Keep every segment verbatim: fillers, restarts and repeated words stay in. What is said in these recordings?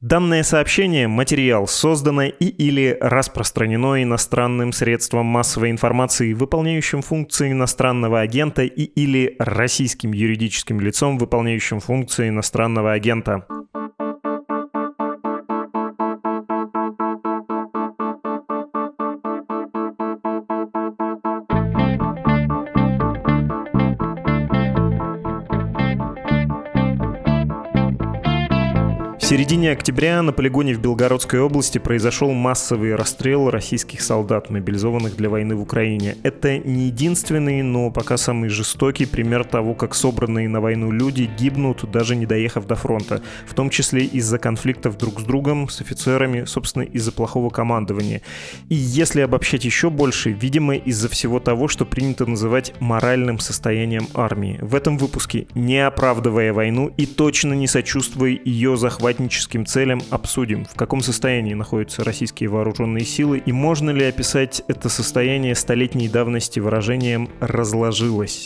Данное сообщение, материал, создано и или распространено иностранным средством массовой информации, выполняющим функции иностранного агента и или российским юридическим лицом, выполняющим функции иностранного агента. В середине октября на полигоне в Белгородской области произошел массовый расстрел российских солдат, мобилизованных для войны в Украине. Это не единственный, но пока самый жестокий пример того, как собранные на войну люди гибнут, даже не доехав до фронта. В том числе из-за конфликтов друг с другом, с офицерами, собственно, из-за плохого командования. И если обобщать еще больше, видимо, из-за всего того, что принято называть моральным состоянием армии. В этом выпуске, не оправдывая войну и точно не сочувствуя ее захватничеству, целям, обсудим, в каком состоянии находятся российские вооруженные силы и можно ли описать это состояние столетней давности выражением «разложилось».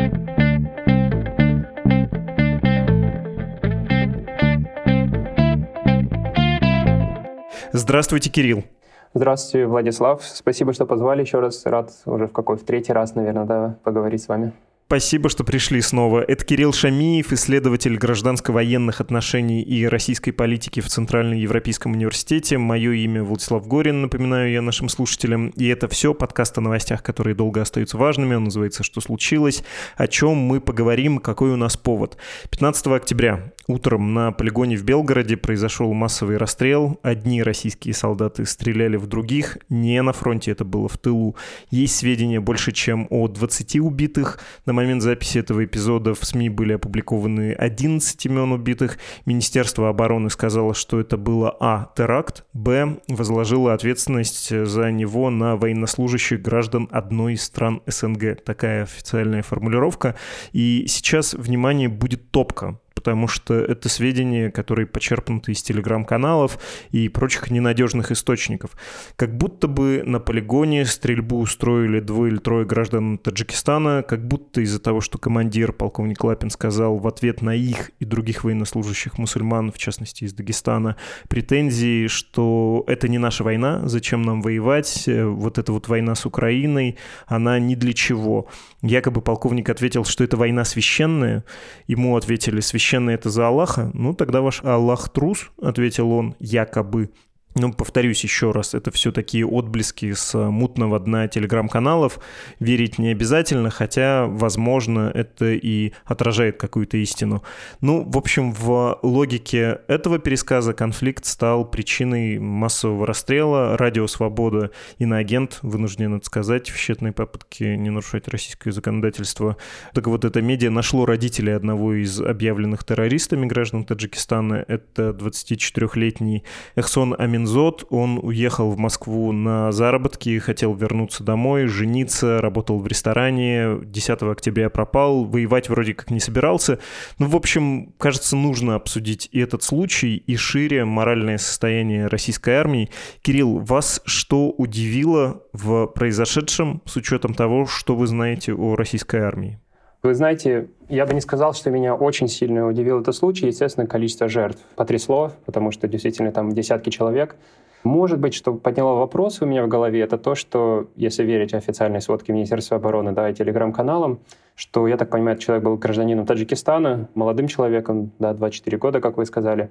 Здравствуйте, Кирилл. Здравствуйте, Владислав. Спасибо, что позвали еще раз. Рад уже в какой, в третий раз, наверное, да, поговорить с вами. Спасибо, что пришли снова. Это Кирилл Шамиев, исследователь гражданско-военных отношений и российской политики в Центральном Европейском университете. Мое имя Владислав Горин, напоминаю я нашим слушателям. И это все подкаст о новостях, которые долго остаются важными. Он называется «Что случилось?», о чем мы поговорим, какой у нас повод. пятнадцатого октября утром на полигоне в Белгороде произошел массовый расстрел. Одни российские солдаты стреляли в других. Не на фронте, это было в тылу. Есть сведения больше, чем о двадцати убитых. На момент записи этого эпизода в СМИ были опубликованы одиннадцать имен убитых. Министерство обороны сказало, что это было а. теракт, б. возложило ответственность за него на военнослужащих граждан одной из стран СНГ. Такая официальная формулировка. И сейчас, внимание, будет топка. Потому что это сведения, которые почерпнуты из телеграм-каналов и прочих ненадежных источников. Как будто бы на полигоне стрельбу устроили двое или трое граждан Таджикистана, как будто из-за того, что командир, полковник Лапин, сказал в ответ на их и других военнослужащих мусульман, в частности из Дагестана, претензии, что это не наша война, зачем нам воевать, вот эта вот война с Украиной, она ни для чего. Якобы полковник ответил, что это война священная, ему ответили священная. Это за Аллаха? Ну, тогда ваш Аллах трус, ответил он, якобы. Ну, повторюсь еще раз, это все такие отблески с мутного дна телеграм-каналов. Верить не обязательно, хотя, возможно, это и отражает какую-то истину. Ну, в общем, в логике этого пересказа конфликт стал причиной массового расстрела. Радио «Свобода», иноагент, вынужден это сказать, в тщетной попытке не нарушать российское законодательство. Так вот, это медиа нашло родителей одного из объявленных террористами граждан Таджикистана. Это двадцатичетырёхлетний Эхсон Амин. Он уехал в Москву на заработки, хотел вернуться домой, жениться, работал в ресторане, десятого октября пропал, воевать вроде как не собирался. Ну, в общем, кажется, нужно обсудить и этот случай, и шире моральное состояние российской армии. Кирилл, вас что удивило в произошедшем с учетом того, что вы знаете о российской армии? Вы знаете, я бы не сказал, что меня очень сильно удивил этот случай. Естественно, количество жертв потрясло, потому что действительно там десятки человек. Может быть, что подняло вопрос у меня в голове, это то, что, если верить официальной сводке Министерства обороны, да, и телеграм-каналам, что, я так понимаю, человек был гражданином Таджикистана, молодым человеком, да, двадцать четыре года, как вы сказали,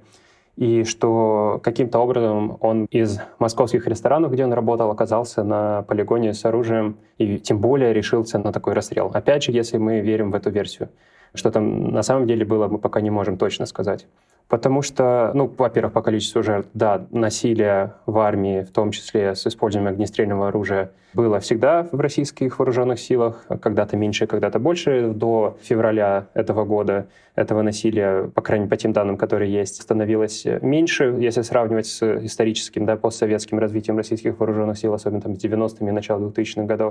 и что каким-то образом он из московских ресторанов, где он работал, оказался на полигоне с оружием и тем более решился на такой расстрел. Опять же, если мы верим в эту версию. Что там на самом деле было, мы пока не можем точно сказать. Потому что, ну, во-первых, по количеству жертв, да, насилие в армии, в том числе с использованием огнестрельного оружия, было всегда в российских вооруженных силах, когда-то меньше, когда-то больше. До февраля этого года этого насилия, по крайней мере, по тем данным, которые есть, становилось меньше, если сравнивать с историческим, да, постсоветским развитием российских вооруженных сил, особенно там с девяностыми и начала двухтысячных годов.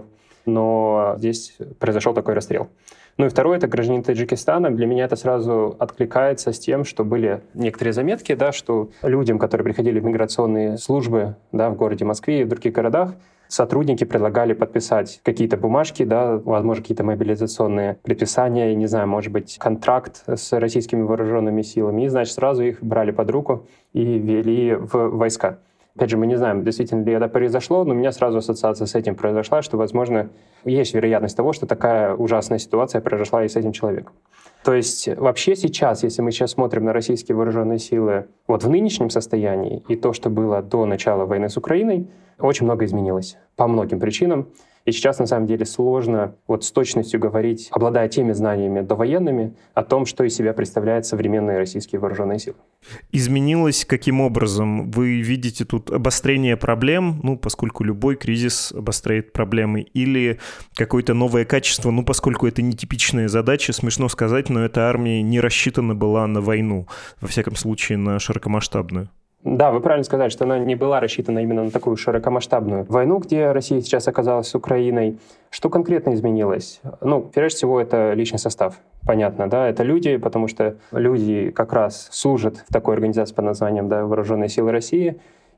Но здесь произошел такой расстрел. Ну и второе, это гражданин Таджикистана. Для меня это сразу откликается с тем, что были некоторые заметки, да, что людям, которые приходили в миграционные службы, да, в городе Москве и в других городах, сотрудники предлагали подписать какие-то бумажки, да, возможно, какие-то мобилизационные предписания, и, не знаю, может быть, контракт с российскими вооруженными силами. И, значит, сразу их брали под руку и ввели в войска. Опять же, мы не знаем, действительно ли это произошло, но у меня сразу ассоциация с этим произошла, что, возможно, есть вероятность того, что такая ужасная ситуация произошла и с этим человеком. То есть вообще сейчас, если мы сейчас смотрим на российские вооруженные силы вот в нынешнем состоянии и то, что было до начала войны с Украиной, очень много изменилось по многим причинам. И сейчас, на самом деле, сложно вот с точностью говорить, обладая теми знаниями довоенными, о том, что из себя представляют современные российские вооруженные силы. Изменилось каким образом? Вы видите тут обострение проблем, ну, поскольку любой кризис обостряет проблемы, или какое-то новое качество, ну, поскольку это нетипичная задача, смешно сказать, но эта армия не рассчитана была на войну, во всяком случае, на широкомасштабную. Да, вы правильно сказали, что она не была рассчитана именно на такую широкомасштабную войну, где Россия сейчас оказалась с Украиной. Что конкретно изменилось? Ну, прежде всего, это личный состав. Понятно, да, это люди, потому что люди как раз служат в такой организации под названием, да, Вооруженные силы России.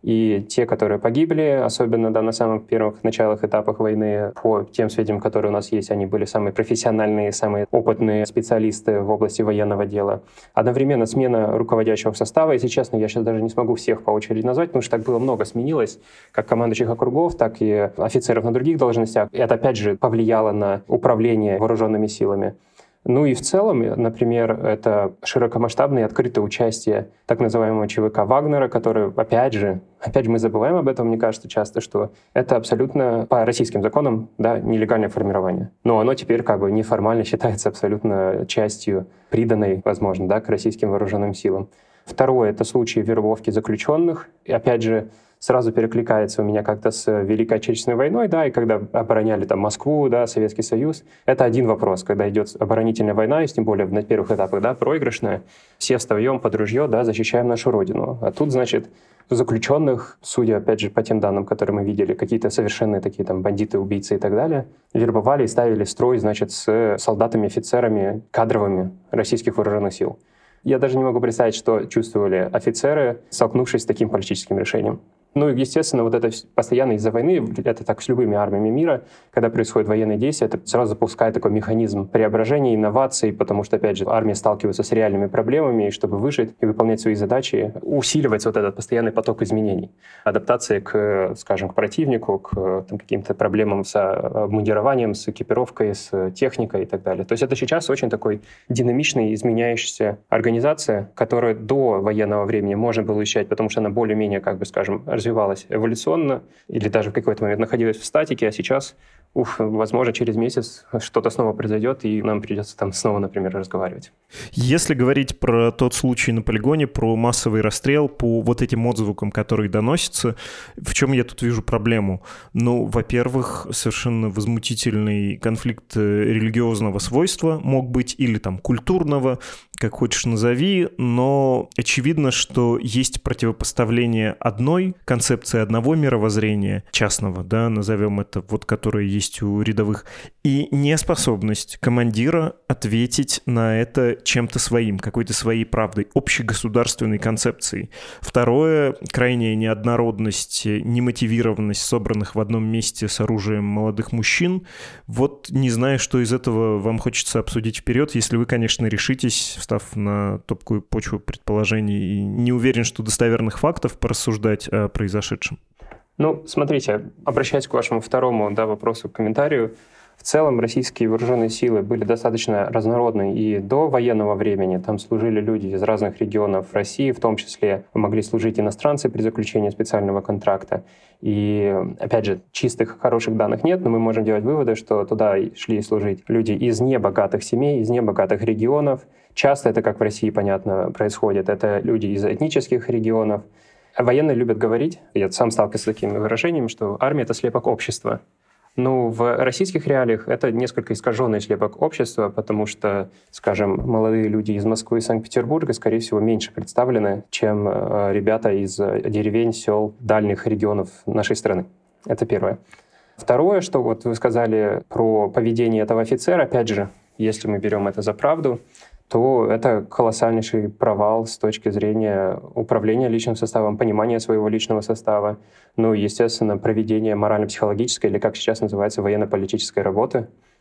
И те, которые погибли, особенно да, на самых первых началах этапах войны, по тем сведениям, которые у нас есть, они были самые профессиональные, самые опытные специалисты в области военного дела. Одновременно смена руководящего состава. Если честно, я сейчас даже не смогу всех по очереди назвать, потому что так было много сменилось, как командующих округов, так и офицеров на других должностях. И это, опять же, повлияло на управление вооруженными силами. Ну и в целом, например, это широкомасштабное открытое участие так называемого ЧВК Вагнера, который, опять же, опять же мы забываем об этом, мне кажется, часто, что это абсолютно по российским законам, да, нелегальное формирование. Но оно теперь как бы неформально считается абсолютно частью, приданной, возможно, да, к российским вооруженным силам. Второе — это случаи вербовки заключенных. И опять же, сразу перекликается у меня как-то с Великой Отечественной войной, да, и когда обороняли там Москву, да, Советский Союз. Это один вопрос, когда идет оборонительная война, и тем более на первых этапах, да, проигрышная, все встаем под ружье, да, защищаем нашу родину. А тут, значит, заключенных, судя, опять же, по тем данным, которые мы видели, какие-то совершенные такие там бандиты, убийцы и так далее, вербовали и ставили в строй, значит, с солдатами, офицерами, кадровыми российских вооруженных сил. Я даже не могу представить, что чувствовали офицеры, столкнувшись с таким политическим решением. Ну и, естественно, вот это постоянно из-за войны, это так с любыми армиями мира, когда происходят военные действия, это сразу запускает такой механизм преображения, инноваций, потому что, опять же, армия сталкивается с реальными проблемами, и чтобы выжить и выполнять свои задачи, усиливается вот этот постоянный поток изменений. Адаптация к, скажем, к противнику, к там, каким-то проблемам с обмундированием, с экипировкой, с техникой и так далее. То есть это сейчас очень такой динамичный, изменяющаяся организация, которую до военного времени можно было ощущать, потому что она более-менее, как бы, скажем, развивалась эволюционно или даже в какой-то момент находилась в статике, а сейчас, уф, возможно, через месяц что-то снова произойдет, и нам придется там снова, например, разговаривать. Если говорить про тот случай на полигоне, про массовый расстрел, по вот этим отзвукам, которые доносятся, в чем я тут вижу проблему? Ну, во-первых, совершенно возмутительный конфликт религиозного свойства мог быть, или там культурного, как хочешь назови, но очевидно, что есть противопоставление одной концепции, одного мировоззрения, частного, да, назовем это, вот, которое есть у рядовых, и неспособность командира ответить на это чем-то своим, какой-то своей правдой, общегосударственной концепцией. Второе — крайняя неоднородность, немотивированность собранных в одном месте с оружием молодых мужчин. Вот не знаю, что из этого вам хочется обсудить вперед, если вы, конечно, решитесь, встав на топкую почву предположений, и не уверен, что достоверных фактов порассуждать о произошедшем. Ну, смотрите, обращаясь к вашему второму, да, вопросу, комментарию, в целом российские вооруженные силы были достаточно разнородны и до военного времени. Там служили люди из разных регионов России, в том числе могли служить иностранцы при заключении специального контракта. И, опять же, чистых хороших данных нет, но мы можем делать выводы, что туда шли служить люди из небогатых семей, из небогатых регионов. Часто это, как в России, понятно, происходит. Это люди из этнических регионов. Военные любят говорить, я сам сталкивался с такими выражениями, что армия — это слепок общества. Ну, в российских реалиях это несколько искаженный слепок общества, потому что, скажем, молодые люди из Москвы и Санкт-Петербурга, скорее всего, меньше представлены, чем э, ребята из деревень, сел, дальних регионов нашей страны. Это первое. Второе, что вот вы сказали про поведение этого офицера, опять же, если мы берем это за правду, то это колоссальнейший провал с точки зрения управления личным составом, понимания своего личного состава, ну и, естественно, проведения морально-психологической, или, как сейчас называется, военно-политической работы.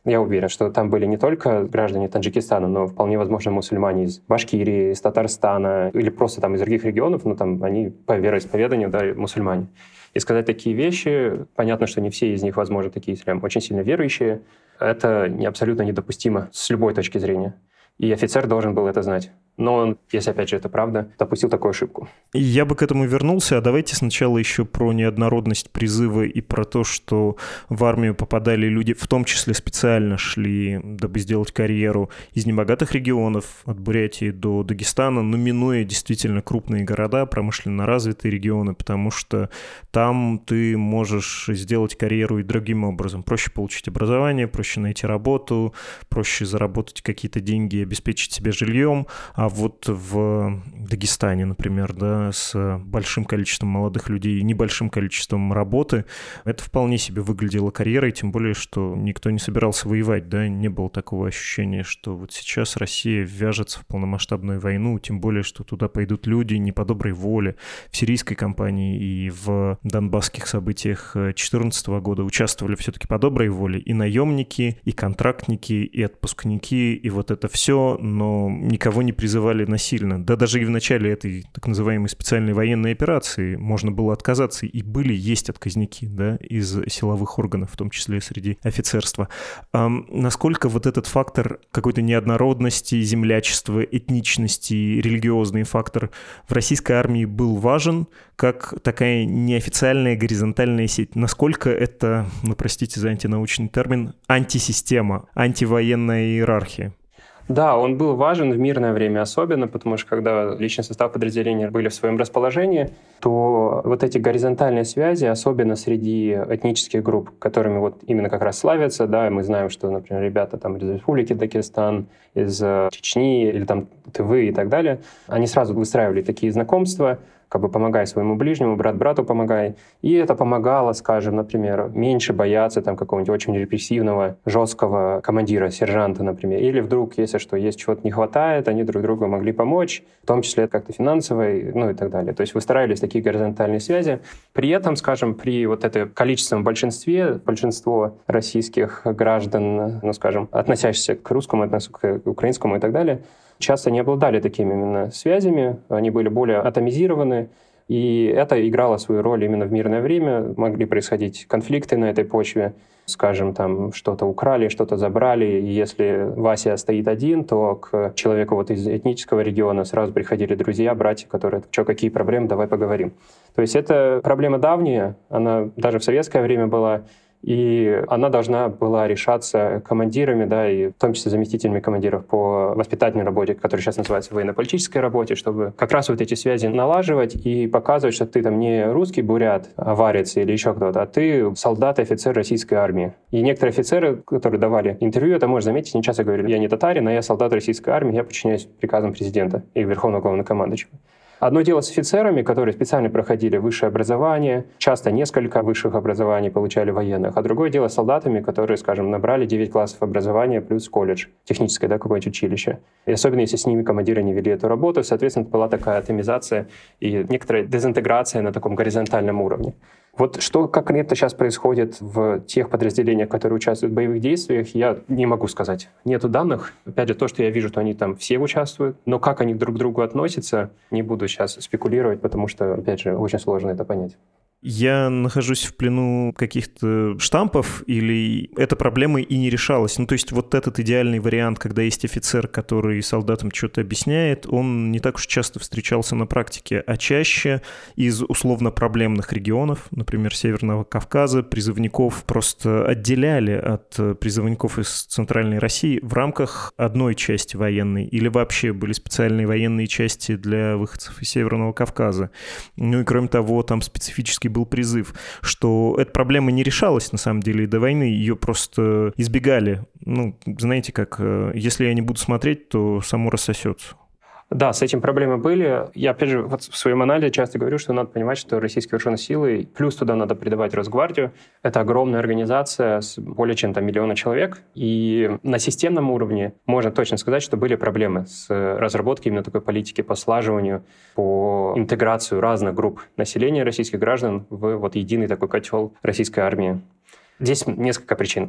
Я уверен, что там были не только граждане Таджикистана, но вполне возможно мусульмане из Башкирии, из Татарстана или просто там из других регионов, но там они по вероисповеданию, да, мусульмане. И сказать такие вещи, понятно, что не все из них, возможно, такие прям очень сильно верующие, это абсолютно недопустимо с любой точки зрения. И офицер должен был это знать. Но он, если, опять же, это правда, допустил такую ошибку. Я бы к этому вернулся, а давайте сначала еще про неоднородность призыва и про то, что в армию попадали люди, в том числе специально шли, дабы сделать карьеру из небогатых регионов, от Бурятии до Дагестана, но минуя действительно крупные города, промышленно развитые регионы, потому что там ты можешь сделать карьеру и другим образом. Проще получить образование, проще найти работу, проще заработать какие-то деньги и обеспечить себя жильем. А вот в Дагестане, например, да, с большим количеством молодых людей и небольшим количеством работы, это вполне себе выглядело карьерой, тем более, что никто не собирался воевать, да, не было такого ощущения, что вот сейчас Россия ввяжется в полномасштабную войну, тем более, что туда пойдут люди не по доброй воле. В сирийской кампании и в донбасских событиях две тысячи четырнадцатого года участвовали все-таки по доброй воле и наемники, и контрактники, и отпускники, и вот это все, но никого не призывали насильно. Да даже и в начале этой так называемой специальной военной операции можно было отказаться, и были, есть отказники, да, из силовых органов, в том числе среди офицерства. А насколько вот этот фактор какой-то неоднородности, землячества, этничности, религиозный фактор в российской армии был важен, как такая неофициальная горизонтальная сеть? Насколько это, ну простите за антинаучный термин, антисистема, антивоенная иерархия? Да, он был важен в мирное время особенно, потому что когда личный состав подразделения были в своем расположении, то вот эти горизонтальные связи, особенно среди этнических групп, которыми вот именно как раз славятся, да, мы знаем, что, например, ребята там из Республики Дагестан, из Чечни или там Тывы и так далее, они сразу выстраивали такие знакомства, как бы помогай своему ближнему, брат брату помогай. И это помогало, скажем, например, меньше бояться там какого-нибудь очень репрессивного, жесткого командира, сержанта, например. Или вдруг, если что, есть чего-то не хватает, они друг другу могли помочь, в том числе как-то финансово, ну и так далее. То есть выстраивались такие горизонтальные связи. При этом, скажем, при вот этой количественном большинстве, большинство российских граждан, ну, скажем, относящихся к русскому, относящихся к украинскому и так далее, часто не обладали такими именно связями, они были более атомизированы, и это играло свою роль именно в мирное время. Могли происходить конфликты на этой почве, скажем, там что-то украли, что-то забрали, и если Вася стоит один, то к человеку вот из этнического региона сразу приходили друзья, братья, которые, что, какие проблемы, давай поговорим. То есть это проблема давняя, она даже в советское время была, и она должна была решаться командирами, да, и в том числе заместителями командиров по воспитательной работе, которая сейчас называется военно-политической работе, чтобы как раз вот эти связи налаживать и показывать, что ты там не русский бурят, аварец или еще кто-то, а ты солдат и офицер российской армии. И некоторые офицеры, которые давали интервью, это можно заметить, они часто говорили: я не татарин, а я солдат российской армии, я подчиняюсь приказам президента и верховного главнокомандующего. Одно дело с офицерами, которые специально проходили высшее образование, часто несколько высших образований получали военных, а другое дело с солдатами, которые, скажем, набрали девять классов образования плюс колледж, техническое, да, какое-нибудь училище. И особенно если с ними командиры не вели эту работу, соответственно, была такая атомизация и некоторая дезинтеграция на таком горизонтальном уровне. Вот что конкретно сейчас происходит в тех подразделениях, которые участвуют в боевых действиях, я не могу сказать. Нету данных. Опять же, то, что я вижу, что они там все участвуют. Но как они друг к другу относятся, не буду сейчас спекулировать, потому что, опять же, очень сложно это понять. Я нахожусь в плену каких-то штампов, или эта проблема и не решалась? Ну, то есть вот этот идеальный вариант, когда есть офицер, который солдатам что-то объясняет, он не так уж часто встречался на практике, а чаще из условно проблемных регионов, например, Северного Кавказа, призывников просто отделяли от призывников из Центральной России в рамках одной части военной, или вообще были специальные военные части для выходцев из Северного Кавказа. Ну и кроме того, там специфически был призыв, что эта проблема не решалась на самом деле и до войны, ее просто избегали. Ну, знаете как, если я не буду смотреть, то само рассосется. Да, с этим проблемы были. Я, опять же, вот в своем анализе часто говорю, что надо понимать, что российские вооруженные силы, плюс туда надо придавать Росгвардию, это огромная организация с более чем там миллиона человек, и на системном уровне можно точно сказать, что были проблемы с разработкой именно такой политики по слаживанию, по интеграцию разных групп населения российских граждан в вот единый такой котел российской армии. Здесь несколько причин.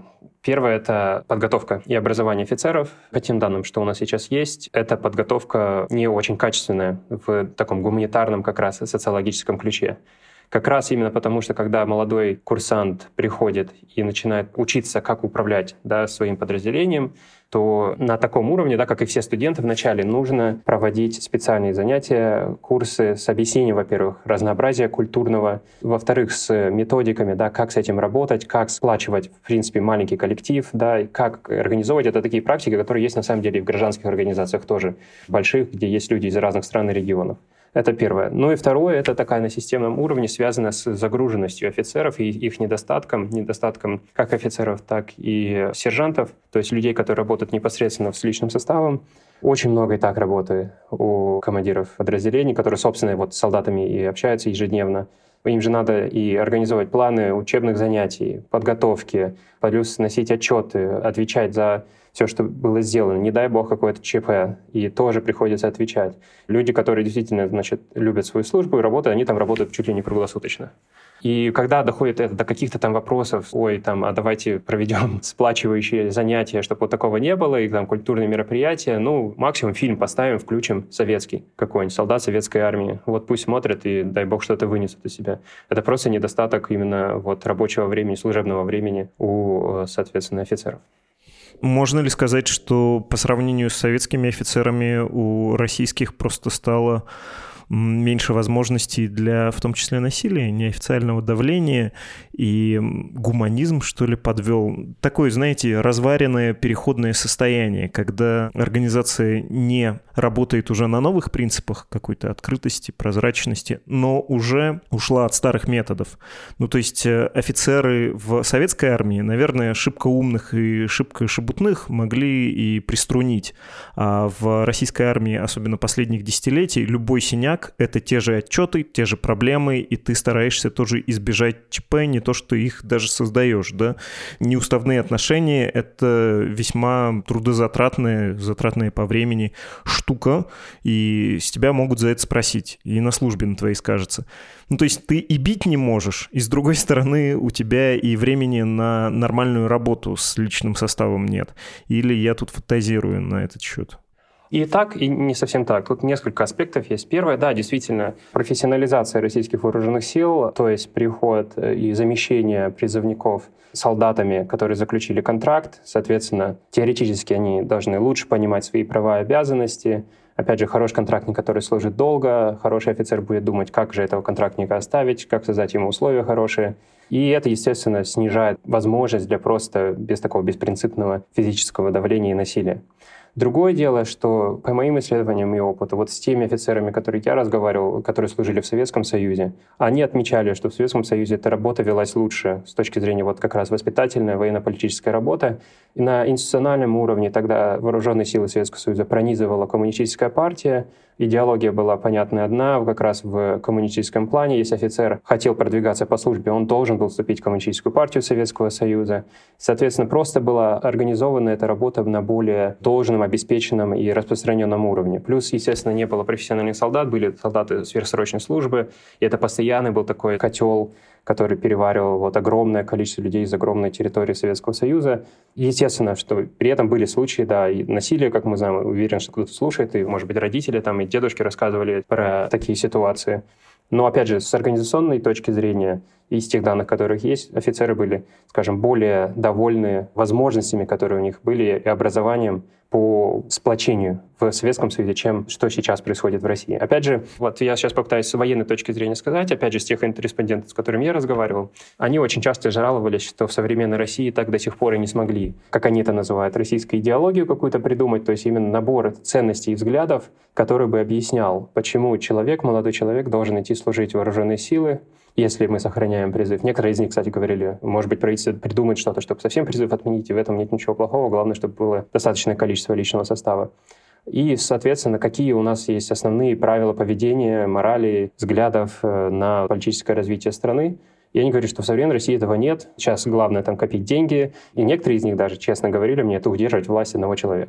Первое — это подготовка и образование офицеров. По тем данным, что у нас сейчас есть, эта подготовка не очень качественная в таком гуманитарном как раз социологическом ключе. Как раз именно потому, что когда молодой курсант приходит и начинает учиться, как управлять, да, своим подразделением, то на таком уровне, да, как и все студенты вначале, нужно проводить специальные занятия, курсы с объяснением, во-первых, разнообразия культурного, во-вторых, с методиками, да, как с этим работать, как сплачивать, в принципе, маленький коллектив, да, и как организовывать. Это такие практики, которые есть на самом деле и в гражданских организациях тоже, больших, где есть люди из разных стран и регионов. Это первое. Ну и второе, это такая на системном уровне связано с загруженностью офицеров и их недостатком, недостатком как офицеров, так и сержантов, то есть людей, которые работают непосредственно с личным составом. Очень много и так работы у командиров подразделений, которые, собственно, вот с солдатами и общаются ежедневно. Им же надо и организовать планы учебных занятий, подготовки, плюс носить отчеты, отвечать за все, что было сделано. Не дай бог какое-то ЧП, и тоже приходится отвечать. Люди, которые действительно, значит, любят свою службу и работают, они там работают чуть ли не круглосуточно. И когда доходит это до каких-то там вопросов, ой, там, а давайте проведем сплачивающие занятия, чтобы вот такого не было, и там культурные мероприятия, ну, максимум фильм поставим, включим советский какой-нибудь, солдат советской армии. Вот пусть смотрят и, дай бог, что-то вынесут из себя. Это просто недостаток именно вот рабочего времени, служебного времени у, соответственно, офицеров. Можно ли сказать, что по сравнению с советскими офицерами у российских просто стало меньше возможностей для, в том числе, насилия, неофициального давления, и гуманизм, что ли, подвел? Такое, знаете, разваренное переходное состояние, когда организация не работает уже на новых принципах какой-то открытости, прозрачности, но уже ушла от старых методов. Ну, то есть офицеры в советской армии, наверное, шибко умных и шибко шебутных могли и приструнить, а в российской армии, особенно последних десятилетий, любой синяк — это те же отчеты, те же проблемы, и ты стараешься тоже избежать ЧП, не то, что их даже создаешь, да. Неуставные отношения — это весьма трудозатратная, затратная по времени штука, и с тебя могут за это спросить, и на службе на твоей скажется. Ну, то есть ты и бить не можешь, и с другой стороны у тебя и времени на нормальную работу с личным составом нет. Или я тут фантазирую на этот счет? И так, и не совсем так. Тут несколько аспектов есть. Первое, да, действительно, профессионализация российских вооруженных сил, то есть приход и замещение призывников солдатами, которые заключили контракт. Соответственно, теоретически они должны лучше понимать свои права и обязанности. Опять же, хороший контрактник, который служит долго, хороший офицер будет думать, как же этого контрактника оставить, как создать ему условия хорошие. И это, естественно, снижает возможность для просто без такого беспринципного физического давления и насилия. Другое дело, что по моим исследованиям и опыту, вот с теми офицерами, которые я разговаривал, которые служили в Советском Союзе, они отмечали, что в Советском Союзе эта работа велась лучше с точки зрения вот как раз воспитательная, военно-политическая работа. И на институциональном уровне тогда вооруженные силы Советского Союза пронизывала коммунистическая партия, идеология была понятна одна, как раз в коммунистическом плане. Если офицер хотел продвигаться по службе, он должен был вступить в коммунистическую партию Советского Союза. Соответственно, просто была организована эта работа на более должном, обеспеченном и распространенном уровне. Плюс, естественно, не было профессиональных солдат, были солдаты сверхсрочной службы, и это постоянный был такой котел, который переваривал вот огромное количество людей из огромной территории Советского Союза. Естественно, что при этом были случаи, да, и насилия, как мы знаем, уверен, что кто-то слушает, и, может быть, родители там, и дедушки рассказывали про такие ситуации. Но, опять же, с организационной точки зрения, из тех данных, которых есть, офицеры были, скажем, более довольны возможностями, которые у них были, и образованием по сплочению в Советском Союзе, чем что сейчас происходит в России. Опять же, вот я сейчас попытаюсь с военной точки зрения сказать, опять же, с тех респондентов, с которыми я разговаривал, они очень часто жаловались, что в современной России так до сих пор и не смогли, как они это называют, российскую идеологию какую-то придумать, то есть именно набор ценностей и взглядов, который бы объяснял, почему человек, молодой человек, должен идти служить в вооруженные силы, если мы сохраняем призыв. Некоторые из них, кстати, говорили, может быть, правительство придумает что-то, чтобы совсем призыв отменить, и в этом нет ничего плохого, главное, чтобы было достаточное количество личного состава. И, соответственно, какие у нас есть основные правила поведения, морали, взглядов на политическое развитие страны. Я не говорю, что в современной России этого нет. Сейчас главное там копить деньги. И некоторые из них даже честно говорили мне, это удерживать власть одного человека.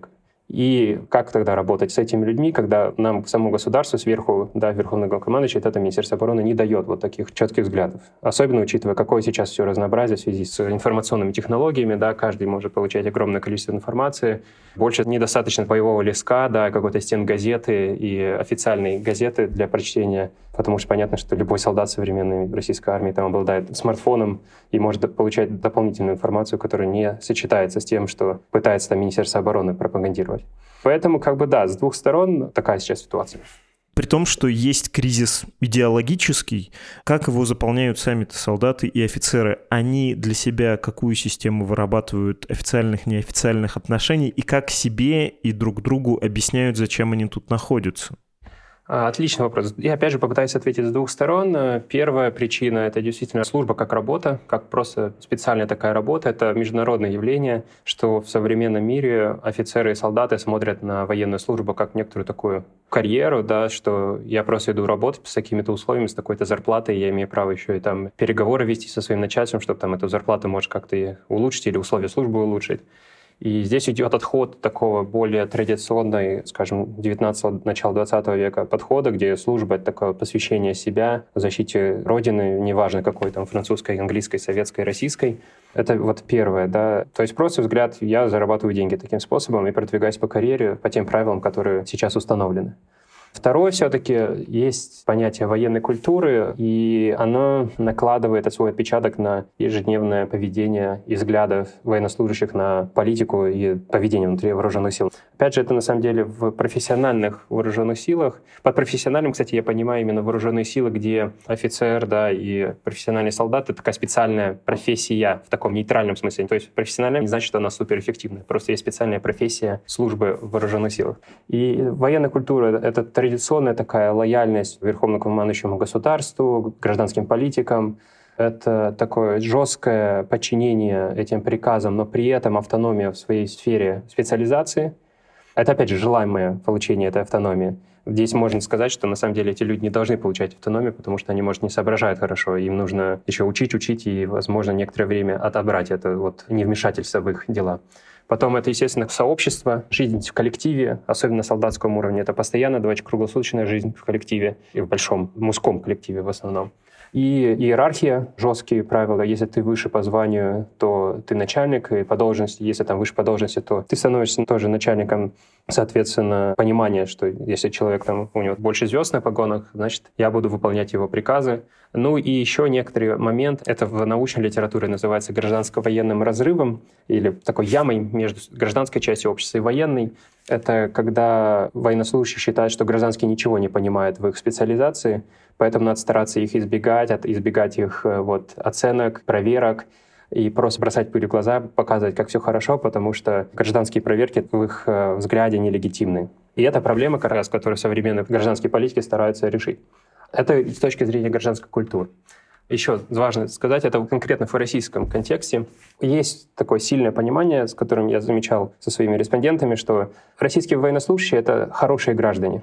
И как тогда работать с этими людьми, когда нам само государство сверху, да, Верховный Главнокомандующий, это Министерство обороны, не дает вот таких четких взглядов. Особенно учитывая, какое сейчас все разнообразие в связи с информационными технологиями, да, каждый может получать огромное количество информации. Больше недостаточно боевого листка, да, какой-то стен газеты и официальной газеты для прочтения, потому что понятно, что любой солдат современной российской армии там обладает смартфоном и может получать дополнительную информацию, которая не сочетается с тем, что пытается там Министерство обороны пропагандировать. Поэтому, как бы, да, с двух сторон такая сейчас ситуация. При том, что есть кризис идеологический, как его заполняют сами-то солдаты и офицеры? Они для себя какую систему вырабатывают официальных, неофициальных отношений и как себе и друг другу объясняют, зачем они тут находятся? Отличный вопрос. Я опять же попытаюсь ответить с двух сторон. Первая причина — это действительно служба как работа, как просто специальная такая работа. Это международное явление, что в современном мире офицеры и солдаты смотрят на военную службу как некоторую такую карьеру, да, что я просто иду работать с какими-то условиями, с такой-то зарплатой, и я имею право еще и там переговоры вести со своим начальством, чтобы там эту зарплату, может, как-то улучшить или условия службы улучшить. И здесь идет отход такого более традиционной, скажем, девятнадцатого, начала двадцатого века подхода, где служба — это такое посвящение себя, защите Родины, неважно какой там, французской, английской, советской, российской. Это вот первое, да. То есть просто взгляд, я зарабатываю деньги таким способом и продвигаюсь по карьере по тем правилам, которые сейчас установлены. Второе, все-таки есть понятие военной культуры, и оно накладывает свой отпечаток на ежедневное поведение и взгляды военнослужащих на политику и поведение внутри вооруженных сил. Опять же, это на самом деле в профессиональных вооруженных силах. Под профессиональным, кстати, я понимаю именно вооруженные силы, где офицер, да, и профессиональный солдат — это такая специальная профессия в таком нейтральном смысле. То есть профессиональная не значит, что она суперэффективная. Просто есть специальная профессия службы в вооруженных силах. И военная культура — это традиционная такая лояльность верховному командующему государству, гражданским политикам. Это такое жесткое подчинение этим приказам, но при этом автономия в своей сфере специализации. Это, опять же, желаемое получение этой автономии. Здесь можно сказать, что на самом деле эти люди не должны получать автономию, потому что они, может, не соображают хорошо. Им нужно еще учить, учить и, возможно, некоторое время отобрать это вот невмешательство в их дела. Потом это, естественно, сообщество, жизнь в коллективе, особенно на солдатском уровне. Это постоянно, давайте, круглосуточная жизнь в коллективе и в большом мужском коллективе в основном. И иерархия, жесткие правила. Если ты выше по званию, то ты начальник, и по должности, если там выше по должности, то ты становишься тоже начальником. Соответственно, понимание, что если человек там, у него больше звезд на погонах, значит, я буду выполнять его приказы. Ну и еще некоторый момент, это в научной литературе называется гражданско-военным разрывом или такой ямой между гражданской частью общества и военной. Это когда военнослужащие считают, что гражданские ничего не понимают в их специализации, поэтому надо стараться их избегать, от, избегать их вот, оценок, проверок и просто бросать пыль в глаза, показывать, как все хорошо, потому что гражданские проверки в их э, взгляде нелегитимны. И это проблема, как раз, которую современные гражданские политики стараются решить. Это с точки зрения гражданской культуры. Еще важно сказать, это конкретно в российском контексте. Есть такое сильное понимание, с которым я замечал со своими респондентами, что российские военнослужащие — это хорошие граждане.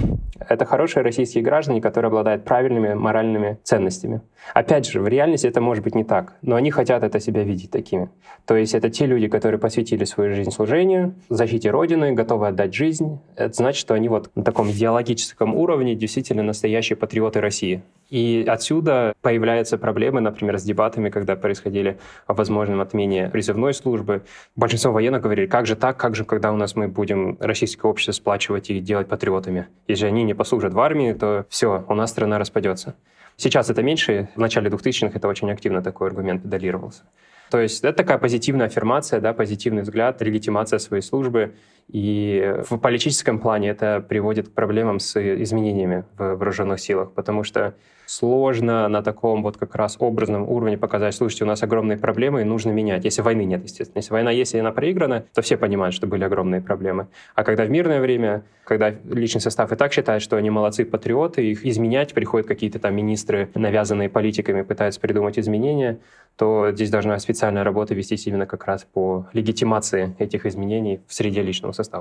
Это хорошие российские граждане, которые обладают правильными моральными ценностями. Опять же, в реальности это может быть не так, но они хотят это себя видеть такими. То есть это те люди, которые посвятили свою жизнь служению, защите Родины, готовы отдать жизнь. Это значит, что они вот на таком идеологическом уровне действительно настоящие патриоты России. И отсюда появляются проблемы, например, с дебатами, когда происходили о возможном отмене призывной службы. Большинство военных говорили, как же так, как же, когда у нас мы будем российское общество сплачивать и делать патриотами. Если они не послужат в армии, то все, у нас страна распадется. Сейчас это меньше, в начале двухтысячных это очень активно такой аргумент педалировался. То есть это такая позитивная аффирмация, да, позитивный взгляд, легитимация своей службы. И в политическом плане это приводит к проблемам с изменениями в вооруженных силах, потому что сложно на таком вот как раз образном уровне показать, слушайте, у нас огромные проблемы и нужно менять. Если войны нет, естественно. Если война есть и она проиграна, то все понимают, что были огромные проблемы. А когда в мирное время, когда личный состав и так считает, что они молодцы-патриоты, их изменять, приходят какие-то там министры, навязанные политиками, пытаются придумать изменения, то здесь должна специальная работа вестись именно как раз по легитимации этих изменений в среде личного состава.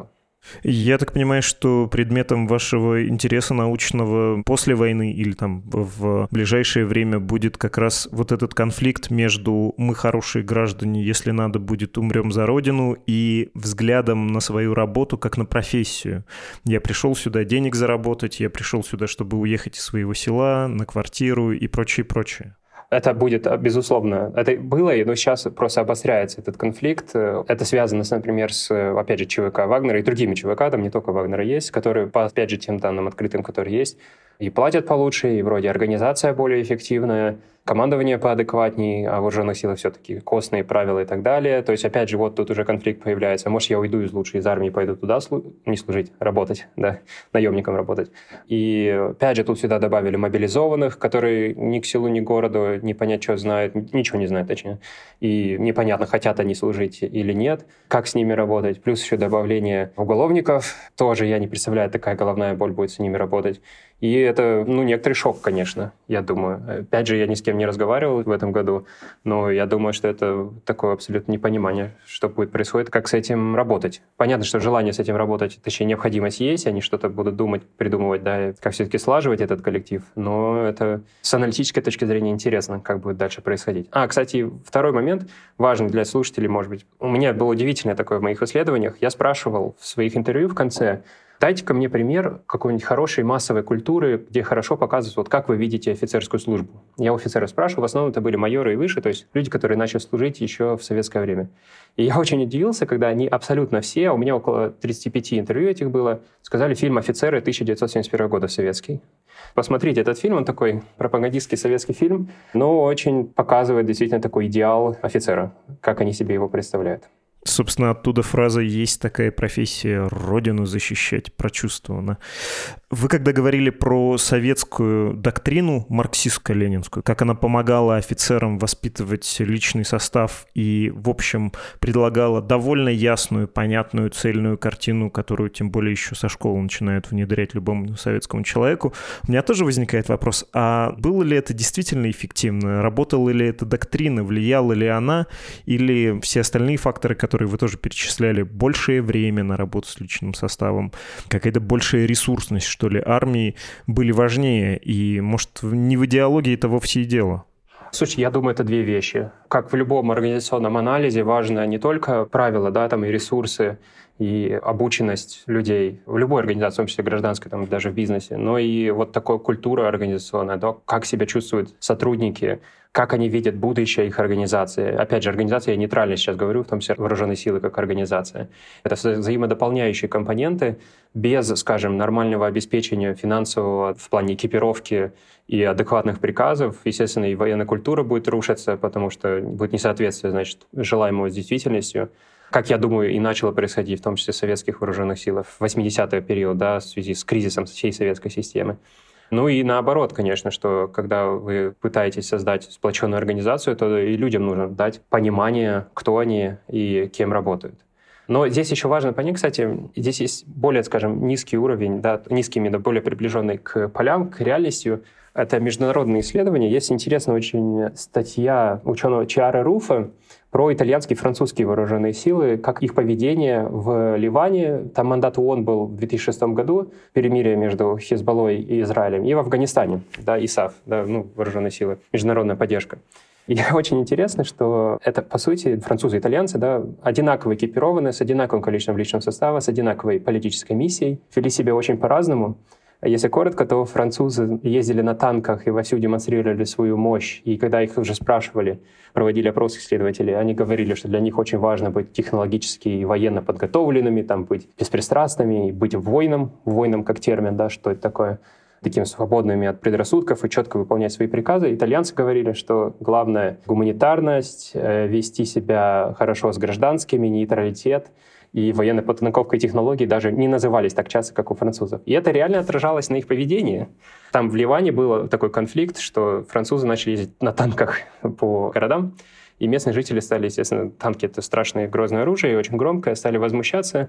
Я так понимаю, что предметом вашего интереса научного после войны или там в ближайшее время будет как раз вот этот конфликт между «мы хорошие граждане, если надо будет, умрем за Родину» и взглядом на свою работу как на профессию. Я пришел сюда денег заработать, я пришел сюда, чтобы уехать из своего села на квартиру и прочее, прочее. Это будет, безусловно, это было, но сейчас просто обостряется этот конфликт. Это связано, например, с, опять же, ЧВК Вагнера и другими ЧВК, там не только Вагнера есть, которые, по, опять же, тем данным открытым, которые есть, и платят получше, и вроде организация более эффективная, командование поадекватнее, а вооруженных силах все-таки костные правила и так далее. То есть, опять же, вот тут уже конфликт появляется. Может, я уйду из лучше из армии, пойду туда слу... не служить, работать, да, наемником работать. И, опять же, тут сюда добавили мобилизованных, которые ни к селу, ни к городу, не понять, что знают, ничего не знают, точнее. И непонятно, хотят они служить или нет, как с ними работать. Плюс еще добавление уголовников. Тоже я не представляю, такая головная боль будет с ними работать. И это, ну, некоторый шок, конечно, я думаю. Опять же, я ни с кем не разговаривал в этом году, но я думаю, что это такое абсолютно непонимание, что будет происходить, как с этим работать. Понятно, что желание с этим работать, точнее, необходимость есть, они что-то будут думать, придумывать, да, как все-таки слаживать этот коллектив, но это с аналитической точки зрения интересно, как будет дальше происходить. А, кстати, второй момент, важный для слушателей, может быть. У меня было удивительное такое в моих исследованиях. Я спрашивал в своих интервью в конце: дайте-ка мне пример какой-нибудь хорошей массовой культуры, где хорошо показывают, вот как вы видите офицерскую службу. Я у офицеров спрашивал, в основном это были майоры и выше, то есть люди, которые начали служить еще в советское время. И я очень удивился, когда они абсолютно все, а у меня около тридцати пяти интервью этих было, сказали фильм «Офицеры» тысяча девятьсот семьдесят первого года, советский. Посмотрите этот фильм, он такой пропагандистский советский фильм, но очень показывает действительно такой идеал офицера, как они себе его представляют. Собственно, оттуда фраза «есть такая профессия, родину защищать» прочувствована. Вы когда говорили про советскую доктрину, марксистско-ленинскую, как она помогала офицерам воспитывать личный состав и, в общем, предлагала довольно ясную, понятную, цельную картину, которую тем более еще со школы начинают внедрять любому советскому человеку, у меня тоже возникает вопрос, а было ли это действительно эффективно? Работала ли эта доктрина? Влияла ли она? Или все остальные факторы, которые которые вы тоже перечисляли, большее время на работу с личным составом, какая-то большая ресурсность, что ли, армии были важнее, и, может, не в идеологии это вовсе и дело? Слушай, я думаю, это две вещи. Как в любом организационном анализе, важно не только правила, да, там и ресурсы, и обученность людей в любой организации, в том числе гражданской, там, даже в бизнесе, но и вот такая культура организационная, да, как себя чувствуют сотрудники, как они видят будущее их организации. Опять же, организация, я нейтрально сейчас говорю, в том числе вооруженные силы как организация. Это взаимодополняющие компоненты. Без, скажем, нормального обеспечения финансового в плане экипировки и адекватных приказов, естественно, и военная культура будет рушиться, потому что будет несоответствие, значит, желаемого с действительностью. Как, я думаю, и начало происходить, в том числе в советских вооруженных силах в восьмидесятый период, да, в связи с кризисом всей советской системы. Ну и наоборот, конечно, что когда вы пытаетесь создать сплоченную организацию, то и людям нужно дать понимание, кто они и кем работают. Но здесь еще важно понять, кстати, здесь есть более, скажем, низкий уровень, да, низкий, именно более приближенный к полям, к реальности. Это международные исследования. Есть интересная очень статья ученого Чиары Руфа про итальянские и французские вооруженные силы, как их поведение в Ливане. Там мандат ООН был в две тысячи шестом году, перемирие между Хезболлой и Израилем, и в Афганистане, да, ИСАФ, да, ну, вооруженные силы, международная поддержка. И очень интересно, что это, по сути, французы и итальянцы, да, одинаково экипированы, с одинаковым количеством личного состава, с одинаковой политической миссией, вели себя очень по-разному. Если коротко, то французы ездили на танках и вовсю демонстрировали свою мощь. И когда их уже спрашивали, проводили опрос исследователей, они говорили, что для них очень важно быть технологически и военно подготовленными, там, быть беспристрастными, быть воином, воином как термин, да, что это такое, такими свободными от предрассудков и четко выполнять свои приказы. Итальянцы говорили, что главное — гуманитарность, вести себя хорошо с гражданскими, нейтралитет. И военная подготовка и технологии даже не назывались так часто, как у французов. И это реально отражалось на их поведении. Там в Ливане был такой конфликт, что французы начали ездить на танках по городам, и местные жители стали, естественно, танки — это страшное грозное оружие, и очень громкое, стали возмущаться.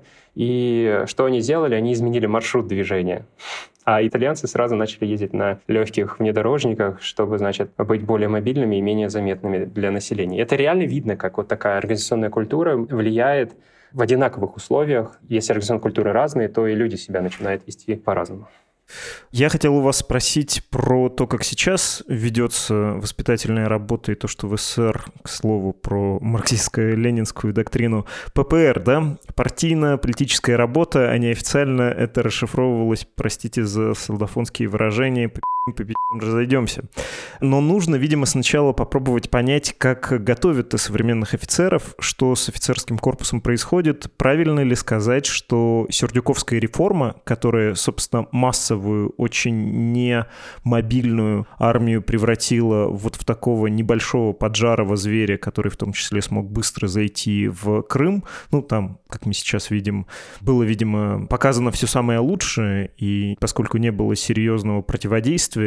И что они сделали? Они изменили маршрут движения. А итальянцы сразу начали ездить на легких внедорожниках, чтобы, значит, быть более мобильными и менее заметными для населения. Это реально видно, как вот такая организационная культура влияет в одинаковых условиях. Если организационные культуры разные, то и люди себя начинают вести по-разному. Я хотел у вас спросить про то, как сейчас ведется воспитательная работа и то, что в СССР, к слову, про марксистско-ленинскую доктрину ППР, да, партийно-политическая работа, а неофициально это расшифровывалось, простите за солдафонские выражения, победим, разойдемся. Но нужно, видимо, сначала попробовать понять, как готовят современных офицеров, что с офицерским корпусом происходит. Правильно ли сказать, что Сердюковская реформа, которая, собственно, массовую, очень немобильную армию превратила вот в такого небольшого поджарого зверя, который в том числе смог быстро зайти в Крым, ну, там, как мы сейчас видим, было, видимо, показано все самое лучшее, и поскольку не было серьезного противодействия,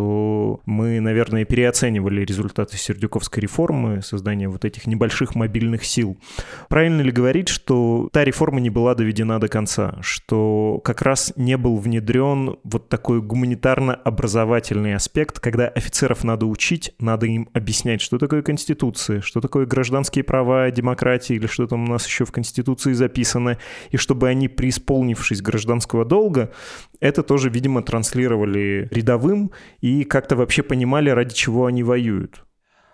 то мы, наверное, переоценивали результаты Сердюковской реформы, создания вот этих небольших мобильных сил. Правильно ли говорить, что та реформа не была доведена до конца, что как раз не был внедрен вот такой гуманитарно-образовательный аспект, когда офицеров надо учить, надо им объяснять, что такое Конституция, что такое гражданские права, демократия или что там у нас еще в Конституции записано, и чтобы они, преисполнившись гражданского долга, это тоже, видимо, транслировали рядовым и как-то вообще понимали, ради чего они воюют.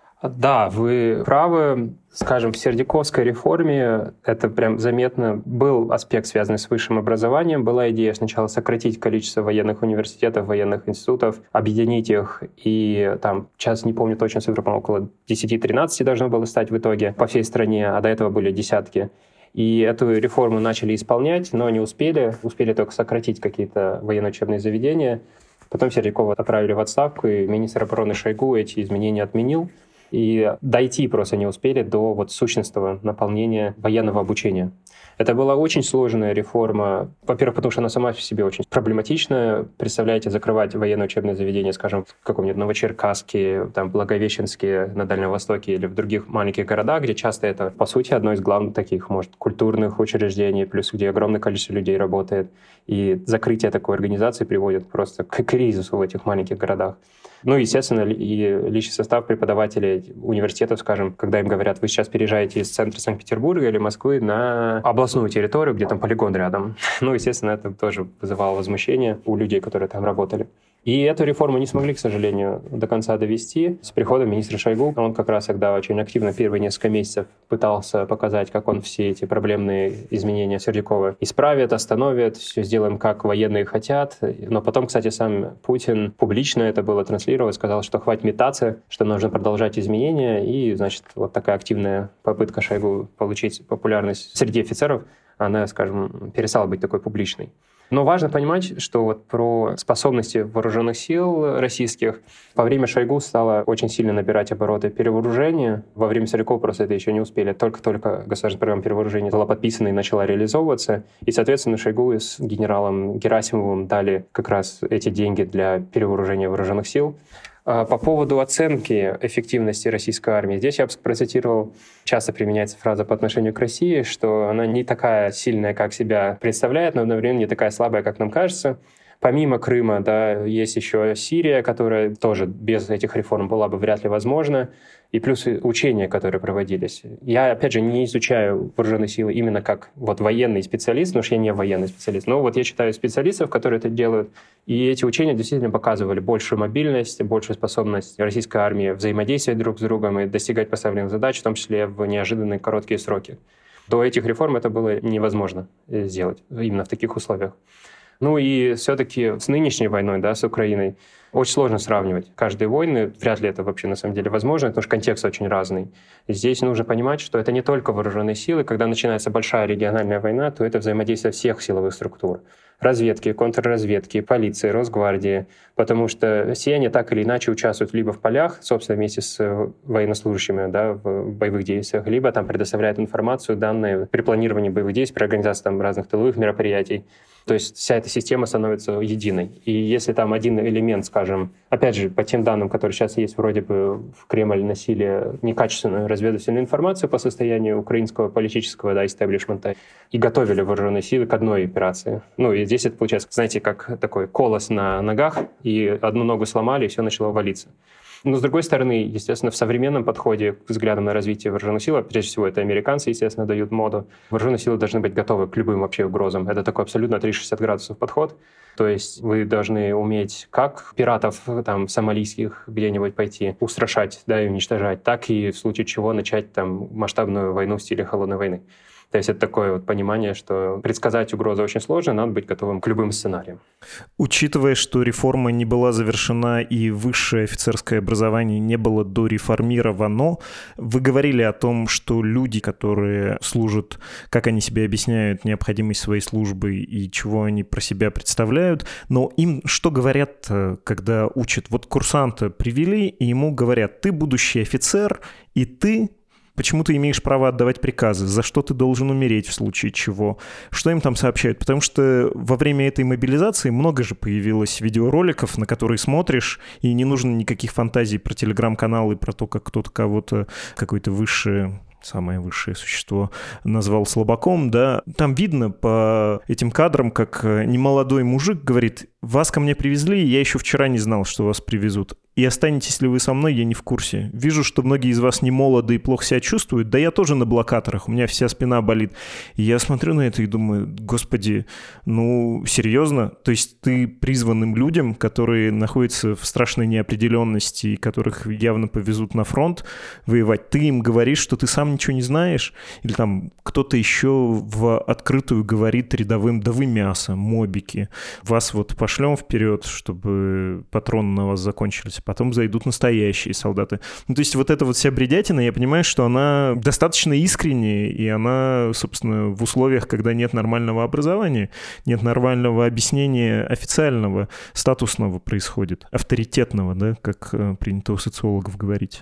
Да, вы правы. Скажем, в Сердюковской реформе это прям заметно был аспект, связанный с высшим образованием. Была идея сначала сократить количество военных университетов, военных институтов, объединить их, и там, сейчас не помню точно цифру, по-моему, около десять-тринадцать должно было стать в итоге по всей стране, а до этого были десятки. И эту реформу начали исполнять, но не успели. Успели только сократить какие-то военно-учебные заведения. Потом Сердюкова отправили в отставку, и министр обороны Шойгу эти изменения отменил. И дойти просто не успели до вот сущностного наполнения военного обучения. Это была очень сложная реформа. Во-первых, потому что она сама в себе очень проблематичная. Представляете, закрывать военное учебное заведение, скажем, в каком-нибудь Новочеркасске, там, Благовещенске на Дальнем Востоке или в других маленьких городах, где часто это, по сути, одно из главных таких, может, культурных учреждений, плюс где огромное количество людей работает. И закрытие такой организации приводит просто к кризису в этих маленьких городах. Ну, естественно, и личный состав преподавателей университетов, скажем, когда им говорят, вы сейчас переезжаете из центра Санкт-Петербурга или Москвы на областную территорию, где там полигон рядом. Ну, естественно, это тоже вызывало возмущение у людей, которые там работали. И эту реформу не смогли, к сожалению, до конца довести. С приходом министра Шойгу, он как раз тогда очень активно первые несколько месяцев пытался показать, как он все эти проблемные изменения Сердюкова исправит, остановит, все сделаем, как военные хотят. Но потом, кстати, сам Путин публично это было транслировал, сказал, что хватит метаться, что нужно продолжать изменения. И, значит, вот такая активная попытка Шойгу получить популярность среди офицеров, она, скажем, перестала быть такой публичной. Но важно понимать, что вот про способности вооруженных сил российских во время Шойгу стало очень сильно набирать обороты перевооружения. Во время Сердюкова просто это еще не успели. Только-только государственная программа перевооружения была подписана и начала реализовываться. И, соответственно, Шойгу с генералом Герасимовым дали как раз эти деньги для перевооружения вооруженных сил. По поводу оценки эффективности российской армии, здесь я бы процитировал, часто применяется фраза по отношению к России, что она не такая сильная, как себя представляет, но одновременно не такая слабая, как нам кажется. Помимо Крыма, да, есть еще Сирия, которая тоже без этих реформ была бы вряд ли возможна, и плюс учения, которые проводились. Я, опять же, не изучаю вооруженные силы именно как вот военный специалист, потому что я не военный специалист, но вот я читаю специалистов, которые это делают, и эти учения действительно показывали большую мобильность, большую способность российской армии взаимодействовать друг с другом и достигать поставленных задач, в том числе в неожиданные короткие сроки. До этих реформ это было невозможно сделать именно в таких условиях. Ну и все-таки с нынешней войной, да, с Украиной, очень сложно сравнивать. Каждые войны, вряд ли это вообще на самом деле возможно, потому что контекст очень разный. Здесь нужно понимать, что это не только вооруженные силы. Когда начинается большая региональная война, то это взаимодействие всех силовых структур. Разведки, контрразведки, полиции, Росгвардии. Потому что все они так или иначе участвуют либо в полях, собственно, вместе с военнослужащими, да, в боевых действиях, либо там предоставляют информацию, данные при планировании боевых действий, при организации там разных тыловых мероприятий. То есть вся эта система становится единой. И если там один элемент, скажем, опять же, по тем данным, которые сейчас есть, вроде бы в Кремль носили некачественную разведывательную информацию по состоянию украинского политического, да, истеблишмента и готовили вооруженные силы к одной операции. Ну и здесь это получается, знаете, как такой колос на ногах, и одну ногу сломали, и все начало валиться. Но, с другой стороны, естественно, в современном подходе к взглядам на развитие вооруженных сил, прежде всего, это американцы, естественно, дают моду, вооруженные силы должны быть готовы к любым вообще угрозам. Это такой абсолютно триста шестьдесят градусов подход. То есть вы должны уметь как пиратов там сомалийских где-нибудь пойти устрашать, да, и уничтожать, так и в случае чего начать там масштабную войну в стиле холодной войны. То есть это такое вот понимание, что предсказать угрозу очень сложно, надо быть готовым к любым сценариям. Учитывая, что реформа не была завершена и высшее офицерское образование не было дореформировано, вы говорили о том, что люди, которые служат, как они себе объясняют необходимость своей службы и чего они про себя представляют, но им что говорят, когда учат? Вот курсанта привели, и ему говорят: ты будущий офицер, и ты... Почему ты имеешь право отдавать приказы? За что ты должен умереть в случае чего? Что им там сообщают? Потому что во время этой мобилизации много же появилось видеороликов, на которые смотришь, и не нужно никаких фантазий про телеграм-каналы, про то, как кто-то кого-то, какое-то высшее... самое высшее существо назвал слабаком, да, там видно по этим кадрам, как немолодой мужик говорит: вас ко мне привезли, я еще вчера не знал, что вас привезут. И останетесь ли вы со мной, я не в курсе. Вижу, что многие из вас не молоды и плохо себя чувствуют. Да я тоже на блокаторах, у меня вся спина болит. И я смотрю на это и думаю: господи, ну, серьезно? То есть ты призванным людям, которые находятся в страшной неопределенности и которых явно повезут на фронт воевать, ты им говоришь, что ты сам ничего не знаешь? Или там кто-то еще в открытую говорит рядовым: да вы мясо, мобики. Вас вот пошлем вперед, чтобы патроны на вас закончились. Потом зайдут настоящие солдаты. Ну, то есть вот эта вот вся бредятина, я понимаю, что она достаточно искренняя, и она, собственно, в условиях, когда нет нормального образования, нет нормального объяснения официального, статусного происходит, авторитетного, да, как принято у социологов говорить.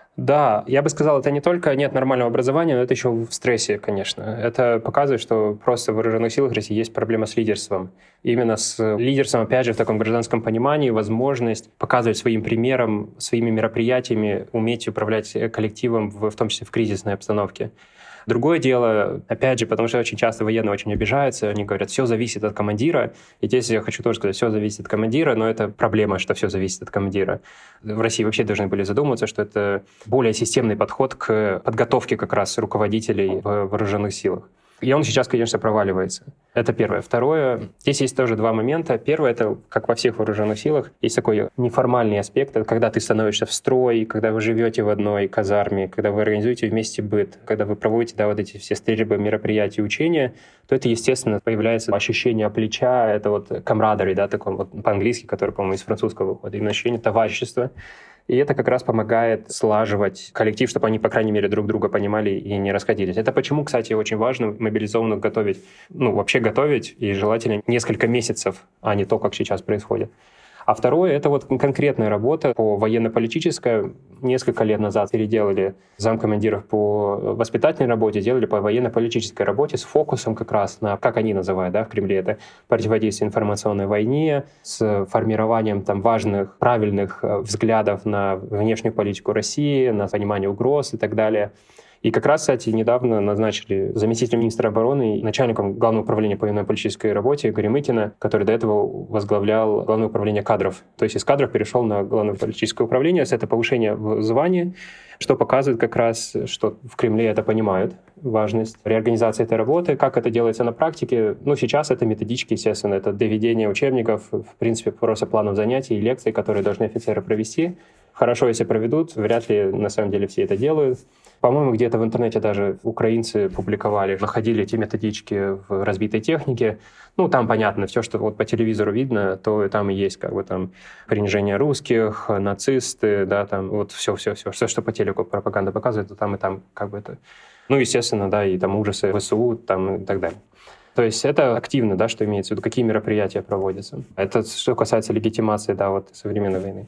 Да, я бы сказал, это не только нет нормального образования, но это еще в стрессе, конечно. Это показывает, что просто в вооруженных силах России есть проблема с лидерством. Именно с лидерством, опять же, в таком гражданском понимании, возможность показывать своим примером, своими мероприятиями, уметь управлять коллективом, в, в том числе в кризисной обстановке. Другое дело, опять же, потому что очень часто военные очень обижаются, они говорят: все зависит от командира. И здесь я хочу тоже сказать: все зависит от командира, но это проблема, что все зависит от командира. В России вообще должны были задуматься, что это более системный подход к подготовке как раз руководителей в вооруженных силах. И он сейчас, конечно, проваливается. Это первое. Второе, здесь есть тоже два момента. Первое, это, как во всех вооруженных силах, есть такой неформальный аспект, это когда ты становишься в строй, когда вы живете в одной казарме, когда вы организуете вместе быт, когда вы проводите, да, вот эти все стрельбы, мероприятия, учения, то это, естественно, появляется ощущение плеча, это вот camaraderie, да, такое вот по-английски, который, по-моему, из французского выходит, именно ощущение товарищества. И это как раз помогает слаживать коллектив, чтобы они, по крайней мере, друг друга понимали и не расходились. Это почему, кстати, очень важно мобилизованных готовить, ну, вообще готовить, и желательно несколько месяцев, а не то, как сейчас происходит. А второе, это вот конкретная работа по военно-политической. Несколько лет назад переделали замкомандиров по воспитательной работе, делали по военно-политической работе с фокусом как раз на, как они называют, да, в Кремле, это противодействие информационной войне, с формированием там важных, правильных взглядов на внешнюю политику России, на понимание угроз и так далее. И как раз, кстати, недавно назначили заместителем министра обороны и начальником Главного управления по военно-политической работе Горемыкина, который до этого возглавлял Главное управление кадров. То есть из кадров перешел на Главное политическое управление. Это повышение в звании, что показывает как раз, что в Кремле это понимают, важность реорганизации этой работы. Как это делается на практике? Ну, сейчас это методички, естественно, это доведение учебников, в принципе, просто планов занятий и лекций, которые должны офицеры провести. Хорошо, если проведут, вряд ли на самом деле все это делают. По-моему, где-то в интернете даже украинцы публиковали, находили эти методички в разбитой технике. Ну, там понятно, все, что вот по телевизору видно, то там и есть как бы там принижение русских, нацисты, да, там вот все-все-все, все, что по телеку пропаганда показывает, то там и там как бы это... Ну, естественно, да, и там ужасы ВСУ там и так далее. То есть это активно, да, что имеется в виду, какие мероприятия проводятся. Это что касается легитимации, да, вот современной войны.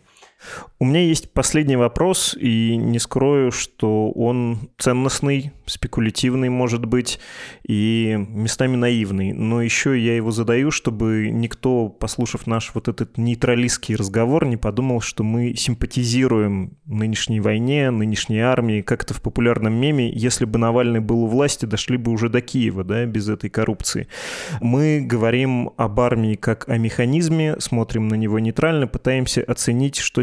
У меня есть последний вопрос, и не скрою, что он ценностный, спекулятивный, может быть, и местами наивный. Но еще я его задаю, чтобы никто, послушав наш вот этот нейтралистский разговор, не подумал, что мы симпатизируем нынешней войне, нынешней армии. Как это в популярном меме: если бы Навальный был у власти, дошли бы уже до Киева, да, без этой коррупции. Мы говорим об армии как о механизме, смотрим на него нейтрально, пытаемся оценить, что с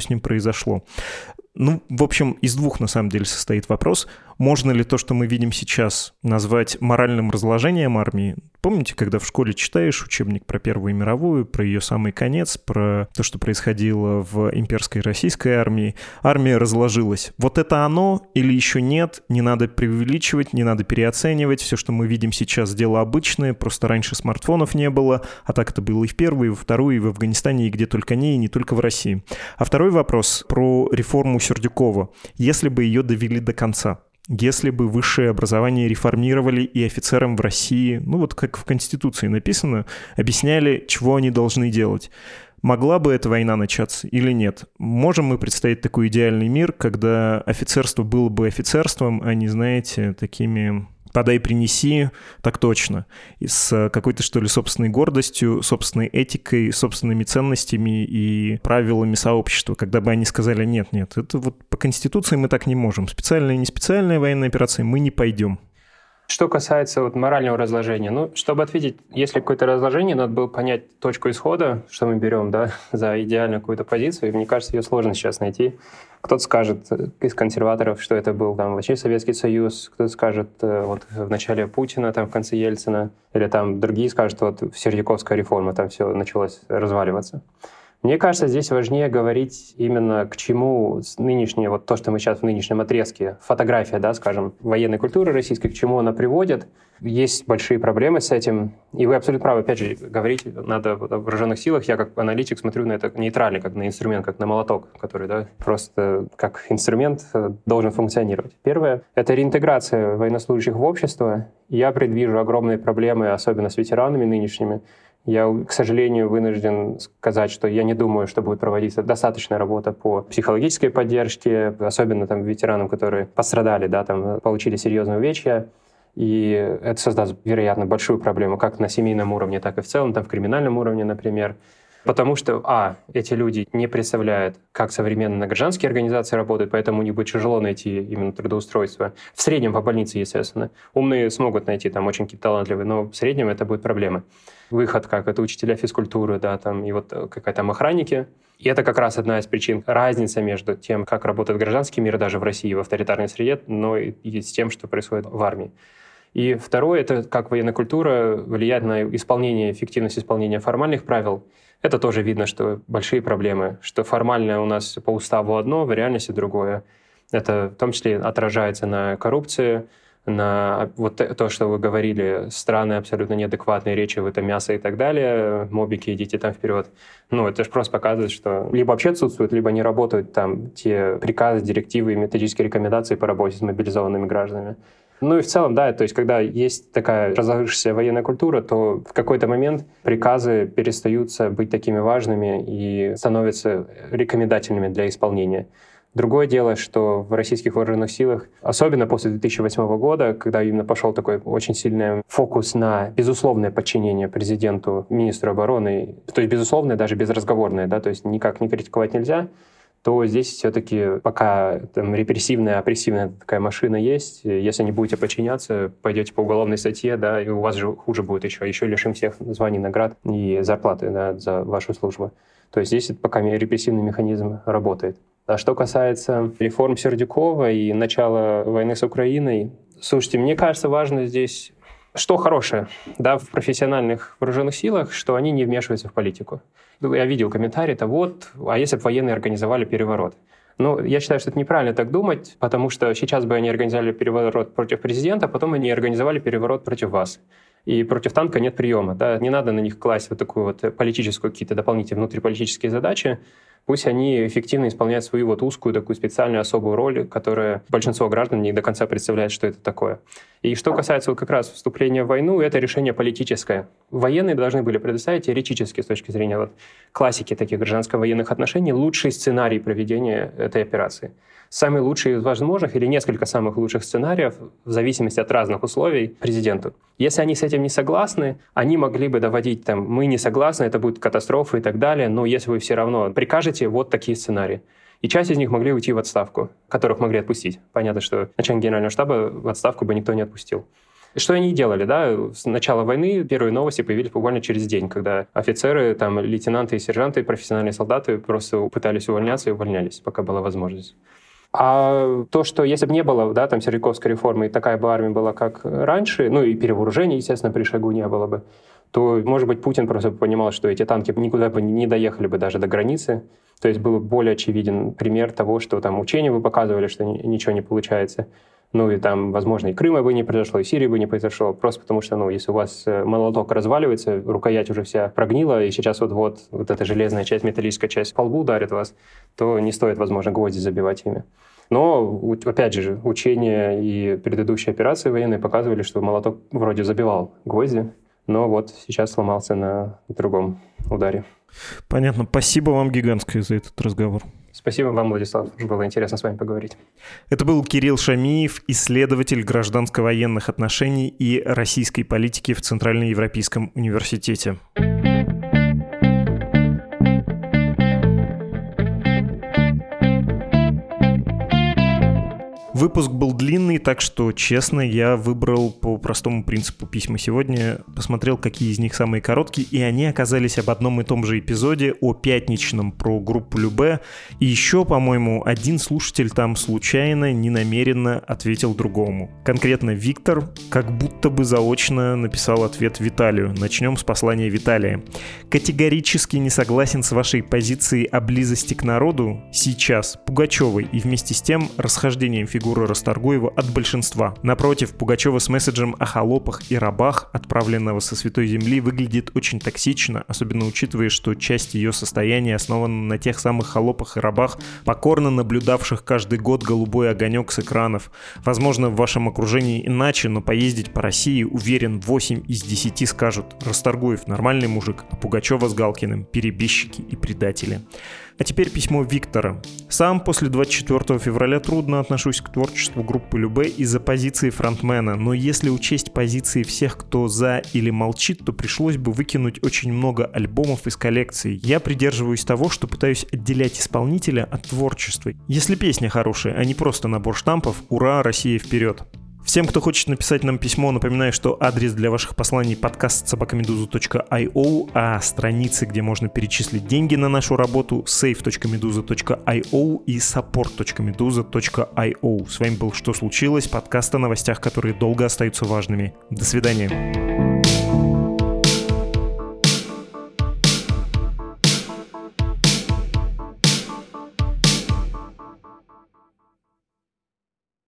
с ним произошло. Ну, в общем, из двух, на самом деле, состоит вопрос. Можно ли то, что мы видим сейчас, назвать моральным разложением армии? Помните, когда в школе читаешь учебник про Первую мировую, про ее самый конец, про то, что происходило в имперской российской армии? Армия разложилась. Вот это оно или еще нет? Не надо преувеличивать, не надо переоценивать. Все, что мы видим сейчас, дело обычное. Просто раньше смартфонов не было, а так это было и в Первую, и во Вторую, и в Афганистане, и где только не, и не только в России. А второй вопрос про реформу Сердюкова. Если бы ее довели до конца, если бы высшее образование реформировали и офицерам в России, ну вот как в Конституции написано, объясняли, чего они должны делать, могла бы эта война начаться или нет? Можем мы представить такой идеальный мир, когда офицерство было бы офицерством, а не, знаете, такими... «подай, принеси», так точно, и с какой-то, что ли, собственной гордостью, собственной этикой, собственными ценностями и правилами сообщества, когда бы они сказали «нет-нет, это вот по Конституции мы так не можем, специальная и не специальная военная операция, мы не пойдем». Что касается вот морального разложения, ну, чтобы ответить, если какое-то разложение, надо было понять точку исхода, что мы берем, да, за идеальную какую-то позицию, и мне кажется, ее сложно сейчас найти. Кто-то скажет из консерваторов, что это был там вообще Советский Союз, кто-то скажет вот в начале Путина, там в конце Ельцина, или там другие скажут, вот в Сердюковская реформа, там все началось разваливаться. Мне кажется, здесь важнее говорить именно к чему нынешнее, вот то, что мы сейчас в нынешнем отрезке, фотография, да, скажем, военной культуры российской, к чему она приводит. Есть большие проблемы с этим. И вы абсолютно правы, опять же, говорить надо о вооруженных силах. Я как аналитик смотрю на это нейтрально, как на инструмент, как на молоток, который, да, просто как инструмент должен функционировать. Первое — это реинтеграция военнослужащих в общество. Я предвижу огромные проблемы, особенно с ветеранами нынешними. Я, к сожалению, вынужден сказать, что я не думаю, что будет проводиться достаточная работа по психологической поддержке, особенно там ветеранам, которые пострадали, да, там, получили серьезные увечья. И это создаст, вероятно, большую проблему как на семейном уровне, так и в целом, там, в криминальном уровне, например. Потому что, а, эти люди не представляют, как современные гражданские организации работают, поэтому у них будет тяжело найти именно трудоустройство. В среднем по больнице, естественно. Умные смогут найти, там очень какие-то талантливые, но в среднем это будет проблема. Выход, как это учителя физкультуры, да, там, и вот какая-то там охранники. И это как раз одна из причин. Разница между тем, как работает гражданский мир даже в России, в авторитарной среде, но и с тем, что происходит в армии. И второе, это как военная культура влияет на исполнение, эффективность исполнения формальных правил. Это тоже видно, что большие проблемы, что формально у нас по уставу одно, в реальности другое. Это в том числе отражается на коррупции, на вот то, что вы говорили, страны абсолютно неадекватные, речи в это мясо и так далее, мобики, идите там вперед. Ну, это же просто показывает, что либо вообще отсутствуют, либо не работают там те приказы, директивы и методические рекомендации по работе с мобилизованными гражданами. Ну и в целом, да, то есть когда есть такая разложившаяся военная культура, то в какой-то момент приказы перестают быть такими важными и становятся рекомендательными для исполнения. Другое дело, что в российских вооруженных силах, особенно после две тысячи восьмого года, когда именно пошел такой очень сильный фокус на безусловное подчинение президенту, министру обороны, то есть безусловное, даже безразговорное, да, то есть никак не критиковать нельзя, то здесь все-таки пока там репрессивная, опрессивная такая машина есть, если не будете подчиняться, пойдете по уголовной статье, да, и у вас же хуже будет еще, еще лишим всех званий, наград и зарплаты, да, за вашу службу. То есть здесь пока репрессивный механизм работает. А что касается реформ Сердюкова и начала войны с Украиной, слушайте, мне кажется, важно здесь, что хорошее, да, в профессиональных вооруженных силах, что они не вмешиваются в политику. Я видел комментарий, это вот, а если бы военные организовали переворот? Ну, я считаю, что это неправильно так думать, потому что сейчас бы они организовали переворот против президента, а потом они организовали переворот против вас. И против танка нет приема. Да? Не надо на них класть вот такую вот политическую, какие-то дополнительные внутриполитические задачи. Пусть они эффективно исполняют свою вот узкую, такую специальную, особую роль, которая большинство граждан не до конца представляет, что это такое. И что касается вот как раз вступления в войну, это решение политическое. Военные должны были предоставить теоретически, с точки зрения вот классики таких гражданско-военных отношений, лучший сценарий проведения этой операции. Самый лучший из возможных или несколько самых лучших сценариев в зависимости от разных условий президенту. Если они с этим не согласны, они могли бы доводить там, мы не согласны, это будет катастрофа и так далее, но если вы все равно прикажете, вот такие сценарии. И часть из них могли уйти в отставку, которых могли отпустить. Понятно, что начальник генерального штаба в отставку бы никто не отпустил. Что они и делали, да? С начала войны первые новости появились буквально через день, когда офицеры, там, лейтенанты и сержанты, профессиональные солдаты просто пытались увольняться и увольнялись, пока была возможность. А то, что если бы не было, да, там, Сердюковской реформы, и такая бы армия была, как раньше, ну и перевооружения, естественно, при шагу не было бы, то, может быть, Путин просто понимал, что эти танки никуда бы не доехали бы даже до границы. То есть был более очевиден пример того, что там учения вы показывали, что ничего не получается. Ну и там, возможно, и Крыма бы не произошло, и Сирии бы не произошло, просто потому что, ну, если у вас молоток разваливается, рукоять уже вся прогнила, и сейчас вот-вот вот эта железная часть, металлическая часть по лбу ударит вас, то не стоит, возможно, гвозди забивать ими. Но, опять же, учения и предыдущие операции военные показывали, что молоток вроде забивал гвозди, но вот сейчас сломался на другом ударе. Понятно. Спасибо вам гигантское за этот разговор. Спасибо вам, Владислав. Было интересно с вами поговорить. Это был Кирилл Шамиев, исследователь гражданско-военных отношений и российской политики в Центральноевропейском университете. Выпуск был длинный, так что, честно, я выбрал по простому принципу письма сегодня, посмотрел, какие из них самые короткие, и они оказались об одном и том же эпизоде, о пятничном, про группу Любэ. И еще, по-моему, один слушатель там случайно, ненамеренно ответил другому. Конкретно Виктор как будто бы заочно написал ответ Виталию. Начнем с послания Виталия. «Категорически не согласен с вашей позицией о близости к народу сейчас, Пугачевой, и вместе с тем расхождением фигуры Расторгуева от большинства. Напротив, Пугачева с месседжем о холопах и рабах, отправленного со Святой Земли, выглядит очень токсично, особенно учитывая, что часть ее состояния основана на тех самых холопах и рабах, покорно наблюдавших каждый год голубой огонек с экранов. Возможно, в вашем окружении иначе, но поездить по России, уверен, восемь из десяти скажут: Расторгуев нормальный мужик, а Пугачева с Галкиным перебежчики и предатели». А теперь письмо Виктора. «Сам после двадцать четвёртого февраля трудно отношусь к творчеству группы Любэ из-за позиции фронтмена, но если учесть позиции всех, кто за или молчит, то пришлось бы выкинуть очень много альбомов из коллекции. Я придерживаюсь того, что пытаюсь отделять исполнителя от творчества. Если песня хорошая, а не просто набор штампов, ура, Россия вперед!» Всем, кто хочет написать нам письмо, напоминаю, что адрес для ваших посланий подкаст собака медуза точка ай о, а страницы, где можно перечислить деньги на нашу работу, сейв точка медуза точка ай о и саппорт точка медуза точка ай о. С вами был «Что случилось?» Подкаст о новостях, которые долго остаются важными. До свидания.